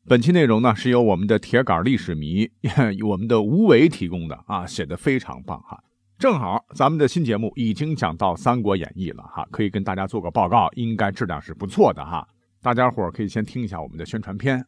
本期内容呢是由我们的铁杆历史迷我们的吴伟提供的啊，写得非常棒哈。正好咱们的新节目已经讲到《三国演义》了哈，可以跟大家做个报告，应该质量是不错的哈。大家伙可以先听一下我们的宣传片。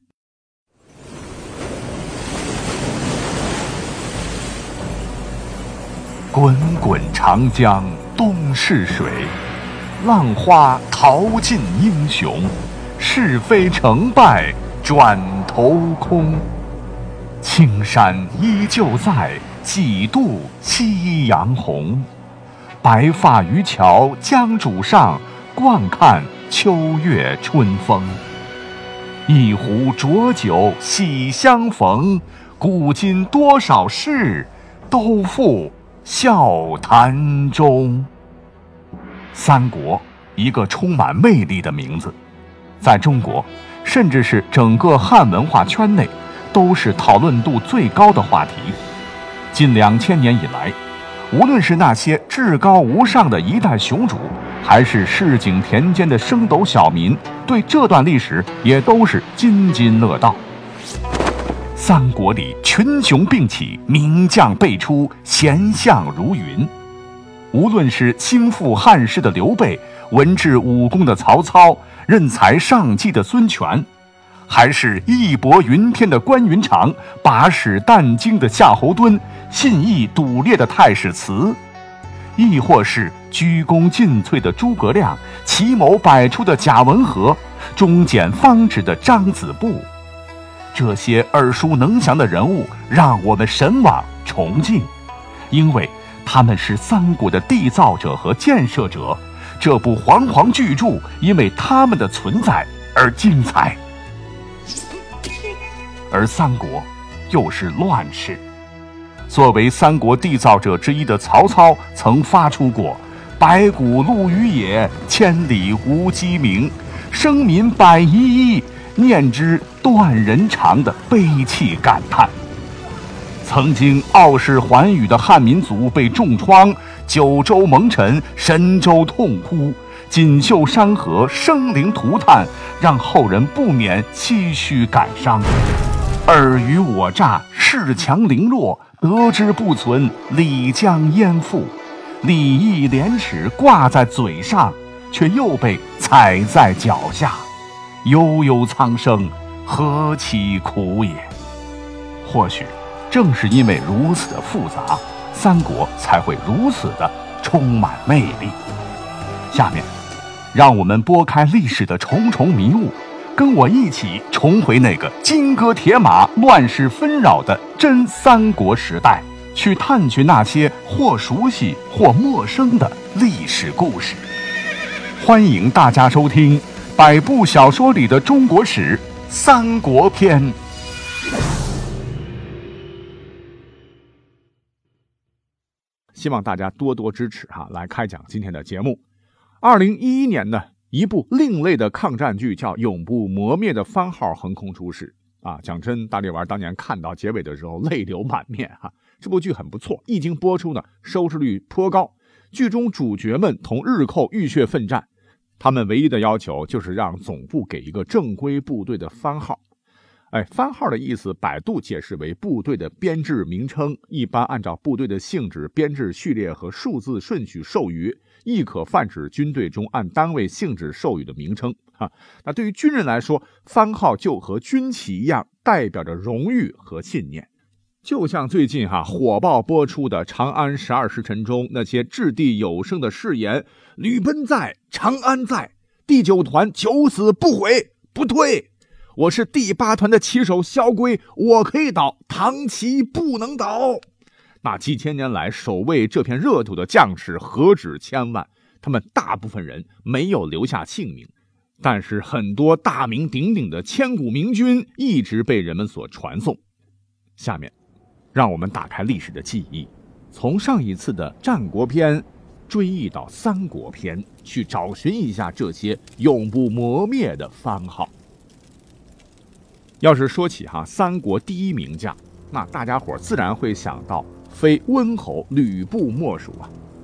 滚滚长江东逝水，浪花淘尽英雄，是非成败转头空。青山依旧在，几度夕阳红。白发渔樵江渚上，惯看秋月春风。一壶浊酒喜相逢，古今多少事，都付笑谈中。三国，一个充满魅力的名字，在中国，甚至是整个汉文化圈内，都是讨论度最高的话题。近2000年以来，无论是那些至高无上的一代雄主，还是市井田间的升斗小民，对这段历史也都是津津乐道。三国里群雄并起，名将辈出，贤相如云。无论是兴复汉室的刘备，文治武功的曹操，任才上计的孙权，还是义薄云天的关云长，把屎啖精的夏侯惇，信义笃烈的太史慈，亦或是鞠躬尽瘁的诸葛亮，奇谋百出的贾文和，忠简方直的张子布，这些耳熟能详的人物让我们神往崇敬，因为他们是三国的缔造者和建设者。这部煌煌巨著因为他们的存在而精彩。而三国又是乱世。作为三国缔造者之一的曹操曾发出过白骨露于野，千里无鸡鸣，生民百遗一，念之断人肠的悲泣感叹。曾经傲视寰宇的汉民族被重创，九州蒙尘，神州痛哭，锦绣山河，生灵涂炭，让后人不免唏嘘感伤。尔虞我诈，恃强凌弱，得之不存，礼将焉附。礼义廉耻挂在嘴上，却又被踩在脚下。悠悠苍生，何其苦也！或许正是因为如此的复杂，三国才会如此的充满魅力。下面，让我们拨开历史的重重迷雾，跟我一起重回那个金戈铁马、乱世纷扰的真三国时代，去探寻那些或熟悉或陌生的历史故事。欢迎大家收听百部小说里的中国史三国篇。 希望大家多多支持哈，来开讲今天的节目。2011年呢，一部另类的抗战剧叫《永不磨灭的番号》横空出世啊！讲真，大力丸当年看到结尾的时候泪流满面哈。这部剧很不错，一经播出呢，收视率颇高。剧中主角们同日寇浴血奋战，他们唯一的要求就是让总部给一个正规部队的番号。番号的意思，百度解释为部队的编制名称，一般按照部队的性质、编制序列和数字顺序授予，亦可泛指军队中按单位性质授予的名称。那对于军人来说，番号就和军旗一样，代表着荣誉和信念。就像最近火爆播出的《长安12时辰》中那些掷地有声的誓言：吕奔在，长安在，第9团九死不悔不退。我是第8团的旗手萧规，我可以倒，唐旗不能倒。那几千年来守卫这片热土的将士何止千万，他们大部分人没有留下姓名，但是很多大名鼎鼎的千古明君一直被人们所传颂。下面让我们打开历史的记忆，从上一次的战国篇追忆到三国篇，去找寻一下这些永不磨灭的番号。要是说起三国第一名将，那大家伙自然会想到非温侯吕布莫属啊。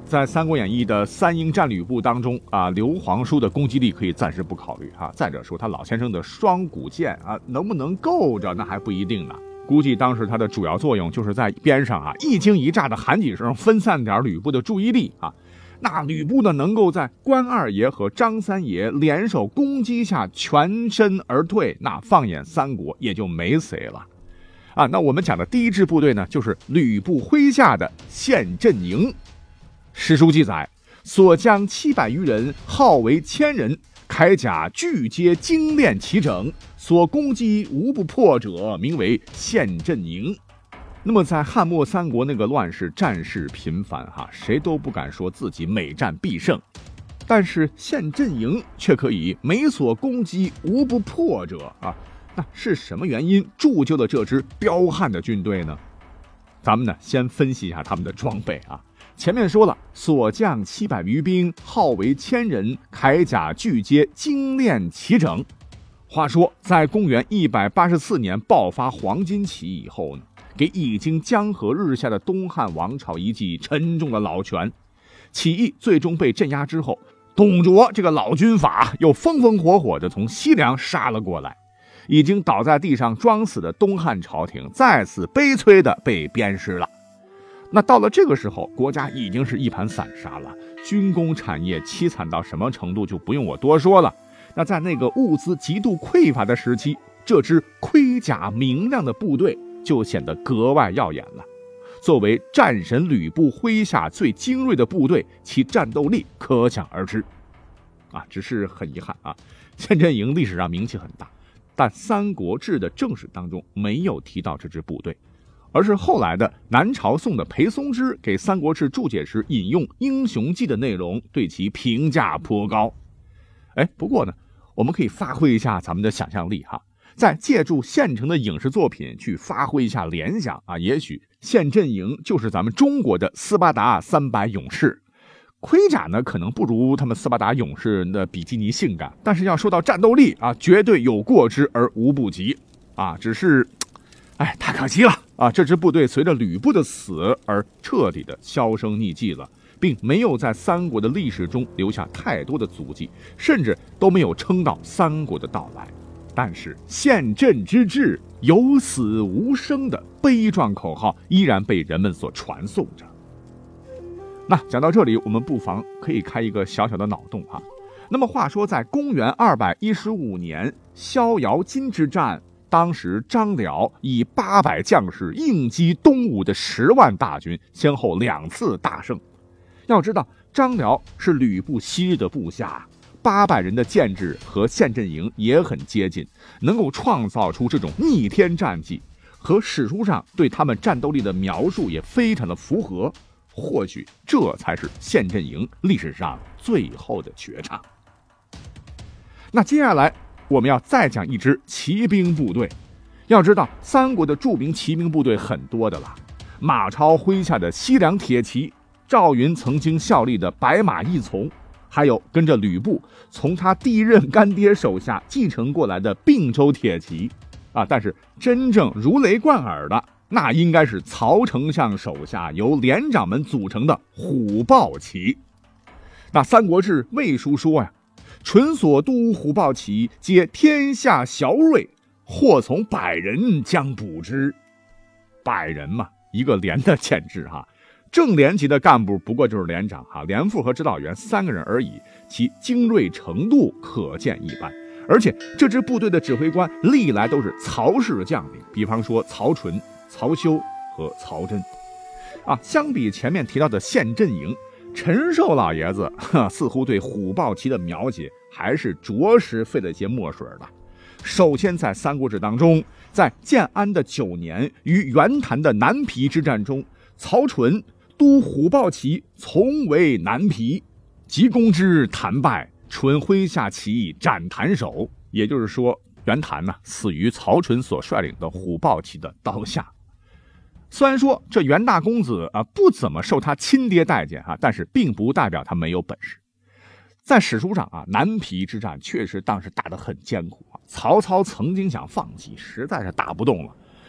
在《三国演义》的三英战吕布当中啊，刘皇叔的攻击力可以暂时不考虑哈。再者说，他老先生的双股剑啊，能不能够着那还不一定呢。估计当时他的主要作用就是在边上啊一惊一乍的喊几声，分散点吕布的注意力啊。那吕布呢，能够在关二爷和张三爷联手攻击下全身而退，那放眼三国也就没谁了啊。那我们讲的第一支部队呢，就是吕布麾下的陷阵营。史书记载，所将700余人，号为1000人，铠甲俱皆精炼齐整，所攻击无不破者，名为陷阵营。那么在汉末三国那个乱世，战事频繁哈，谁都不敢说自己每战必胜，但是陷阵营却可以每所攻击无不破者啊。那是什么原因铸就了这支彪悍的军队呢？咱们呢先分析一下他们的装备啊。前面说了，所将700余兵，号为1000人，铠甲俱皆精炼齐整。话说在公元184年爆发黄巾起义以后呢，给已经江河日下的东汉王朝一记沉重的老拳。起义最终被镇压之后，董卓这个老军阀又风风火火地从西凉杀了过来，已经倒在地上装死的东汉朝廷再次悲催地被鞭尸了。那到了这个时候，国家已经是一盘散沙了，军工产业凄惨到什么程度就不用我多说了。那在那个物资极度匮乏的时期，这支盔甲明亮的部队就显得格外耀眼了。作为战神吕布麾下最精锐的部队，其战斗力可想而知啊。只是很遗憾啊，陷阵营历史上名气很大，但《三国志》的正史当中没有提到这支部队，而是后来的南朝宋的裴松之给《三国志》注解时引用英雄记的内容，对其评价颇高。不过呢，我们可以发挥一下咱们的想象力哈，再借助现成的影视作品去发挥一下联想啊，也许陷阵营就是咱们中国的斯巴达300勇士。盔甲呢可能不如他们斯巴达勇士的比基尼性感，但是要说到战斗力啊，绝对有过之而无不及啊。只是太可惜了啊！这支部队随着吕布的死而彻底的销声匿迹了，并没有在三国的历史中留下太多的足迹，甚至都没有撑到三国的到来。但是陷阵之志，有死无生的悲壮口号依然被人们所传颂着。那讲到这里，我们不妨可以开一个小小的脑洞啊。那么话说，在公元215年逍遥津之战，当时张辽以800将士硬击东吴的10万大军，先后2次大胜。要知道，张辽是吕布昔日的部下，800人的建制和陷阵营也很接近，能够创造出这种逆天战绩，和史书上对他们战斗力的描述也非常的符合。或许这才是陷阵营历史上最后的绝唱。那接下来我们要再讲一支骑兵部队。要知道，三国的著名骑兵部队很多的了，马超麾下的西凉铁骑，赵云曾经效力的白马义从，还有跟着吕布从他第一任干爹手下继承过来的并州铁骑啊。但是真正如雷贯耳的，那应该是曹丞相手下由连长们组成的虎豹骑。那《三国志》魏书说呀，纯所督虎豹骑，皆天下骁锐，或从100人将补之。100人嘛，一个连的建制哈。正连级的干部不过就是连长哈，连副和指导员3个人而已，其精锐程度可见一斑。而且这支部队的指挥官历来都是曹氏将领，比方说曹纯、曹休和曹真啊。相比前面提到的陷阵营，陈寿老爷子似乎对虎豹骑的描写还是着实费了些墨水的。首先在《三国志》当中，在建安的9年与袁谭的南皮之战中，曹纯督虎豹骑从为南皮，及攻之，谭败，纯麾下起义斩谭首。也就是说，袁谭呢死于曹纯所率领的虎豹骑的刀下。虽然说这袁大公子不怎么受他亲爹待见但是并不代表他没有本事。在史书上南皮之战确实当时打得很艰苦曹操曾经想放弃，实在是打不动了，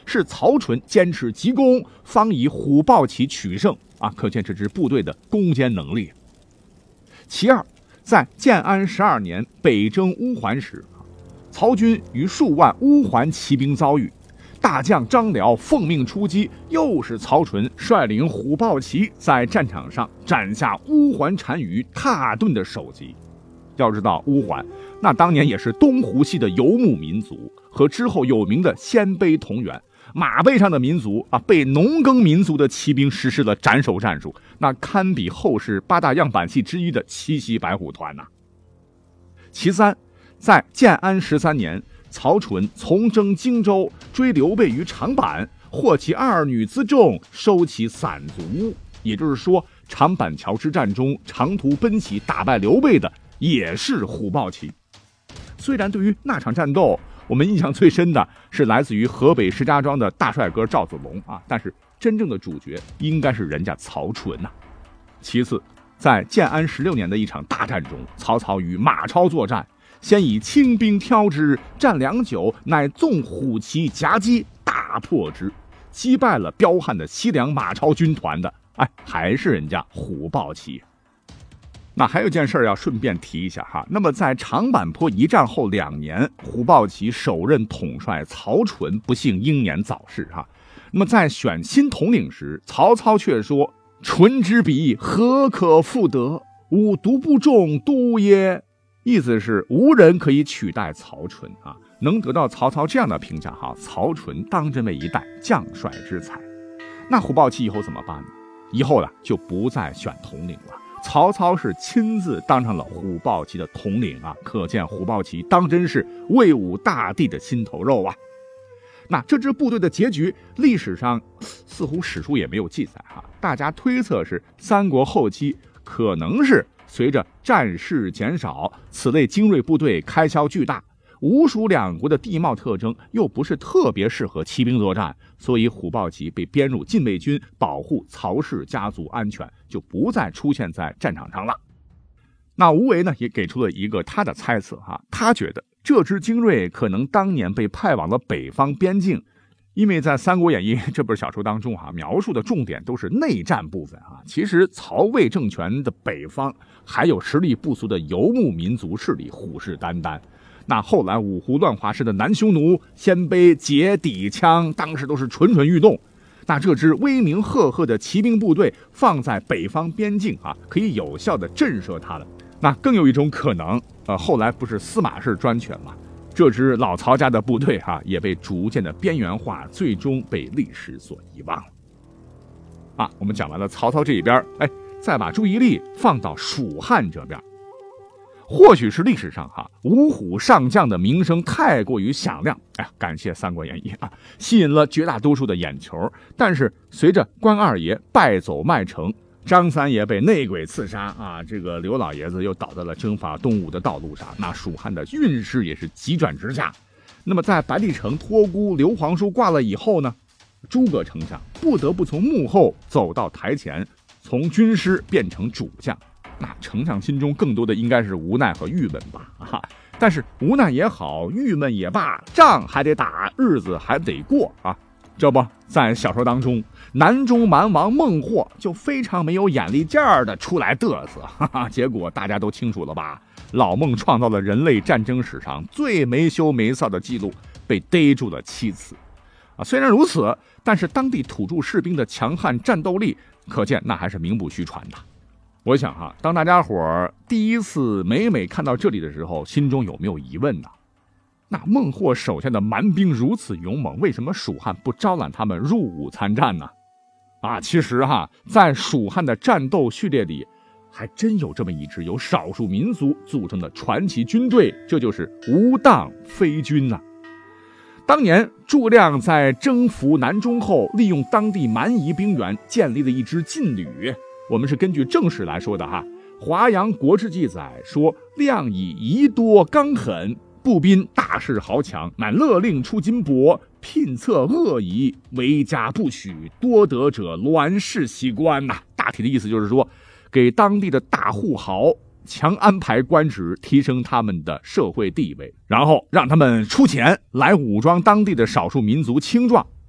是曹纯坚持急攻，方以虎豹骑取胜啊，可见这支部队的攻坚能力。其二，在建安12年北征乌桓时，曹军与数万乌桓骑兵遭遇，大将张辽奉命出击，又是曹纯率领虎豹骑在战场上斩下乌桓单于蹋顿的首级。要知道乌桓那当年也是东湖系的游牧民族，和之后有名的鲜卑同源，马背上的民族啊，被农耕民族的骑兵实施了斩首战术，那堪比后世8大样板戏之一的七袭白虎团呐。其三，在建安13年，曹纯从征荆州，追刘备于长坂，获其2女辎重，收其散卒。也就是说，长板桥之战中长途奔袭打败刘备的也是虎豹骑。虽然对于那场战斗我们印象最深的是来自于河北石家庄的大帅哥赵子龙啊，但是真正的主角应该是人家曹纯呐。其次，在建安16年的一场大战中，曹操与马超作战，先以轻兵挑之，战良久，乃纵虎骑夹击，大破之，击败了彪悍的西凉马超军团的，还是人家虎豹骑。那还有件事要顺便提一下哈，那么在长坂坡一战后2年，虎豹骑首任统帅曹纯不幸英年早逝哈。那么在选新统领时，曹操却说：“纯之笔何可复得？吾独不中都耶。”意思是无人可以取代曹纯啊。能得到曹操这样的评价哈，曹纯当真为一代将帅之才。那虎豹骑以后怎么办呢？以后呢就不再选统领了。曹操是亲自当上了虎豹骑的统领啊，可见虎豹骑当真是魏武大帝的心头肉啊。那这支部队的结局，历史上似乎史书也没有记载哈，大家推测是三国后期可能是随着战事减少，此类精锐部队开销巨大，吴蜀两国的地貌特征又不是特别适合骑兵作战，所以虎豹骑被编入禁卫军，保护曹氏家族安全，就不再出现在战场上了。那吴为呢也给出了一个他的猜测哈，他觉得这支精锐可能当年被派往了北方边境，因为在《三国演义》这本小说当中描述的重点都是内战部分其实曹魏政权的北方还有实力不俗的游牧民族势力虎视眈眈。那后来五胡乱华时的南匈奴、鲜卑、羯、氐、羌，当时都是蠢蠢欲动。那这支威名赫赫的骑兵部队放在北方边境可以有效的震慑他们。那更有一种可能，后来不是司马氏专权吗？这支老曹家的部队也被逐渐的边缘化，最终被历史所遗忘了。我们讲完了曹操这一边，再把注意力放到蜀汉这边。或许是历史上五虎上将的名声太过于响亮，感谢《三国演义》吸引了绝大多数的眼球。但是随着关二爷败走麦城，张三爷被内鬼刺杀这个刘老爷子又倒在了征伐东吴的道路上，那蜀汉的运势也是急转直下。那么在白帝城托孤刘皇叔挂了以后呢，诸葛丞相不得不从幕后走到台前，从军师变成主将。那丞相心中更多的应该是无奈和郁闷吧但是无奈也好，郁闷也罢，仗还得打，日子还得过这不在小说当中，南中蛮王孟获就非常没有眼力劲儿的出来嘚瑟结果大家都清楚了吧，老孟创造了人类战争史上最没羞没臊的记录，被逮住了7次虽然如此，但是当地土著士兵的强悍战斗力，可见那还是名不虚传的。我想当大家伙第一次每看到这里的时候，心中有没有疑问呢？那孟获手下的蛮兵如此勇猛，为什么蜀汉不招揽他们入伍参战呢？其实在蜀汉的战斗序列里，还真有这么一支由少数民族组成的传奇军队，这就是吴当飞军呐。当年诸葛亮在征服南中后，利用当地蛮夷兵源建立了一支劲旅。我们是根据正史来说的华阳国志记载说，亮以夷多刚狠，步兵大势豪强，乃勒令出金帛，聘策恶夷，为家不取，多得者栾氏袭官大体的意思就是说，给当地的大户豪强安排官职，提升他们的社会地位，然后让他们出钱来武装当地的少数民族青壮。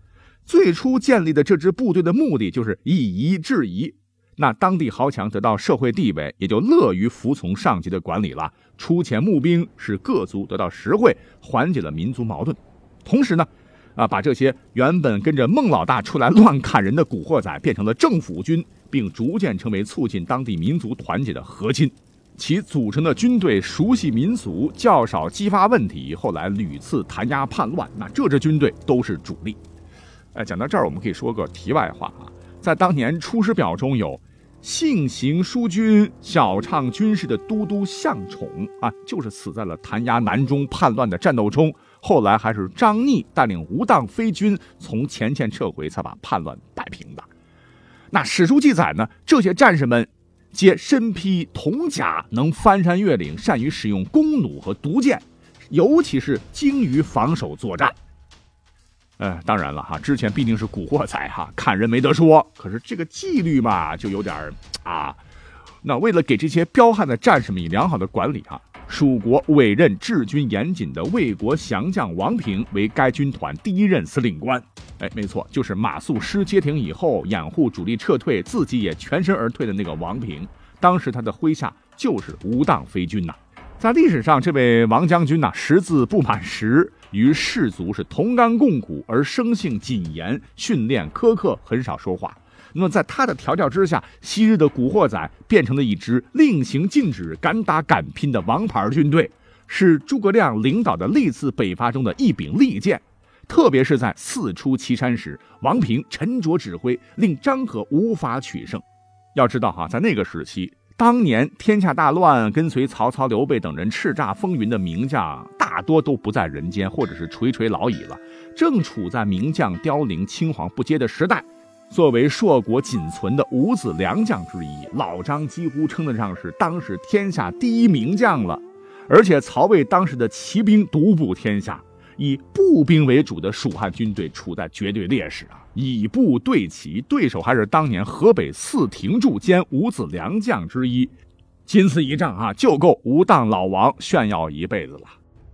最初建立的这支部队的目的就是以夷制夷，那当地豪强得到社会地位，也就乐于服从上级的管理了，出钱募兵，使各族得到实惠，缓解了民族矛盾。同时呢，把这些原本跟着孟老大出来乱砍人的古惑仔变成了政府军，并逐渐成为促进当地民族团结的核心。其组成的军队熟悉民俗，较少激发问题，后来屡次弹压叛乱，那这支军队都是主力。讲到这儿，我们可以说个题外话啊，在当年《出师表》中有性行淑军，小唱军事的都督向宠啊，就是死在了弹压南中叛乱的战斗中。后来还是张逆带领吴当飞军从前线撤回，才把叛乱摆平的。那史书记载呢，这些战士们皆身披铜甲，能翻山越岭，善于使用弓弩和毒箭，尤其是精于防守作战。当然了哈，之前毕竟是古惑仔哈，看人没得说，可是这个纪律嘛，就有点那为了给这些彪悍的战士们以良好的管理蜀国委任治军严谨的魏国降将王平为该军团第一任司令官。没错，就是马谡失街亭以后掩护主力撤退，自己也全身而退的那个王平。当时他的麾下就是吴当飞军呐。在历史上，这位王将军识字不满10，与士卒是同甘共苦，而生性谨严，训练苛刻，很少说话。那么在他的调教之下，昔日的古惑仔变成了一支令行禁止、敢打敢拼的王牌军队，是诸葛亮领导的历次北伐中的一柄利剑。特别是在4出祁山时，王平沉着指挥，令张合无法取胜。要知道在那个时期，当年天下大乱，跟随曹操、刘备等人叱咤风云的名将，大多都不在人间，或者是垂垂老矣了，正处在名将凋零、青黄不接的时代。作为硕国仅存的5子良将之一，老张几乎称得上是当时天下第一名将了。而且曹魏当时的骑兵独步天下，以步兵为主的蜀汉军队处在绝对劣势以步对骑，对手还是当年河北4亭柱兼5子良将之一，仅此一仗就够吴当老王炫耀一辈子了。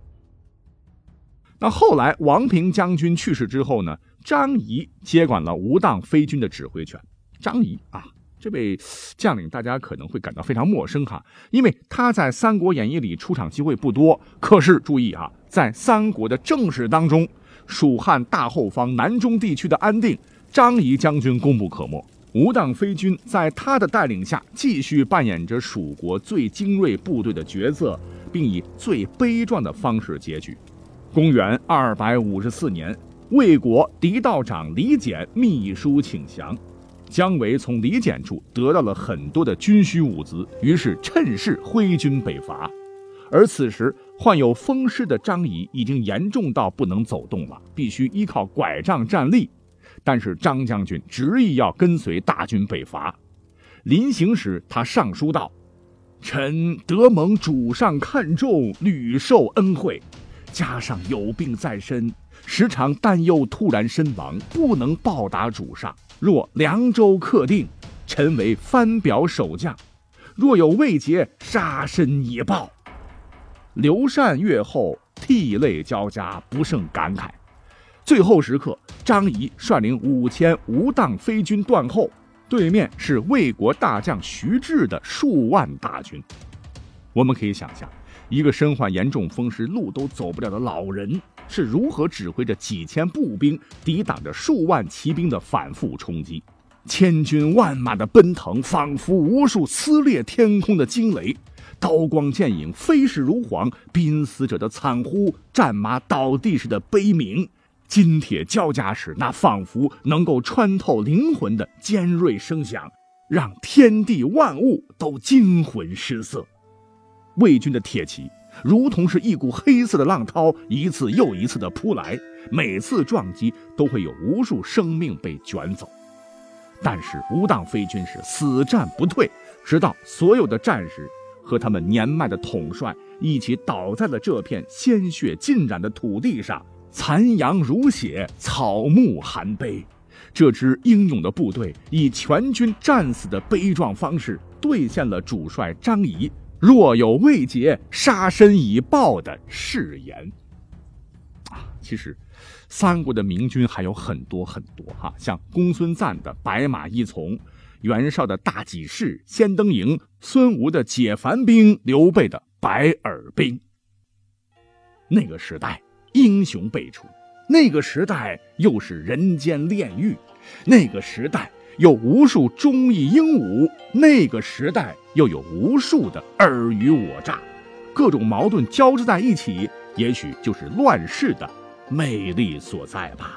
那后来王平将军去世之后呢，张仪接管了吴当飞军的指挥权。张仪这位将领大家可能会感到非常陌生因为他在《三国演义》里出场机会不多。可是注意在三国的正史当中，蜀汉大后方南中地区的安定，张仪将军功不可没。吴当飞军在他的带领下，继续扮演着蜀国最精锐部队的角色，并以最悲壮的方式结局。公元254年，魏国狄道长李简密书请降，姜维从李简处得到了很多的军需物资，于是趁势挥军北伐。而此时患有风湿的张仪已经严重到不能走动了，必须依靠拐杖站立。但是张将军执意要跟随大军北伐。临行时他上书道：臣得蒙主上看重，屡受恩惠，加上有病在身，时常担忧突然身亡，不能报答主上。若凉州克定，臣为番表守将，若有未捷，杀身以报。刘禅阅后，涕泪交加，不胜感慨。最后时刻，张仪率领5000吴当飞军断后，对面是魏国大将徐志的数万大军。我们可以想象，一个身患严重风湿、路都走不了的老人，是如何指挥着几千步兵抵挡着数万骑兵的反复冲击。千军万马的奔腾，仿佛无数撕裂天空的惊雷，刀光剑影，飞逝如簧，濒死者的惨呼，战马倒地时的悲鸣，金铁交加时那仿佛能够穿透灵魂的尖锐声响，让天地万物都惊魂失色。魏军的铁骑如同是一股黑色的浪涛，一次又一次的扑来，每次撞击都会有无数生命被卷走。但是吴当飞军是死战不退，直到所有的战士和他们年迈的统帅一起倒在了这片鲜血浸染的土地上，残阳如血，草木含悲。这支英勇的部队以全军战死的悲壮方式，兑现了主帅张仪若有未捷，杀身以报的誓言。 其实三国的明军还有很多很多像公孙瓒的白马一从，袁绍的大济士、先登营，孙吴的解樊兵，刘备的白耳兵。那个时代英雄辈出，那个时代又是人间炼狱，那个时代有无数忠义英武，那个时代又有无数的尔虞我诈，各种矛盾交织在一起，也许就是乱世的魅力所在吧。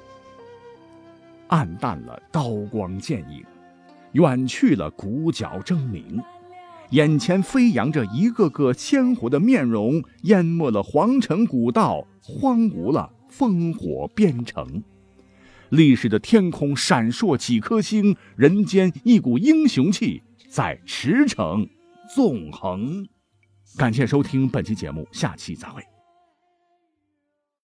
暗淡了刀光剑影，远去了鼓角争鸣，眼前飞扬着一个个鲜活的面容，淹没了皇城古道，荒芜了烽火边城。历史的天空闪烁几颗星，人间一股英雄气在驰骋纵横。感谢收听本期节目，下期再会。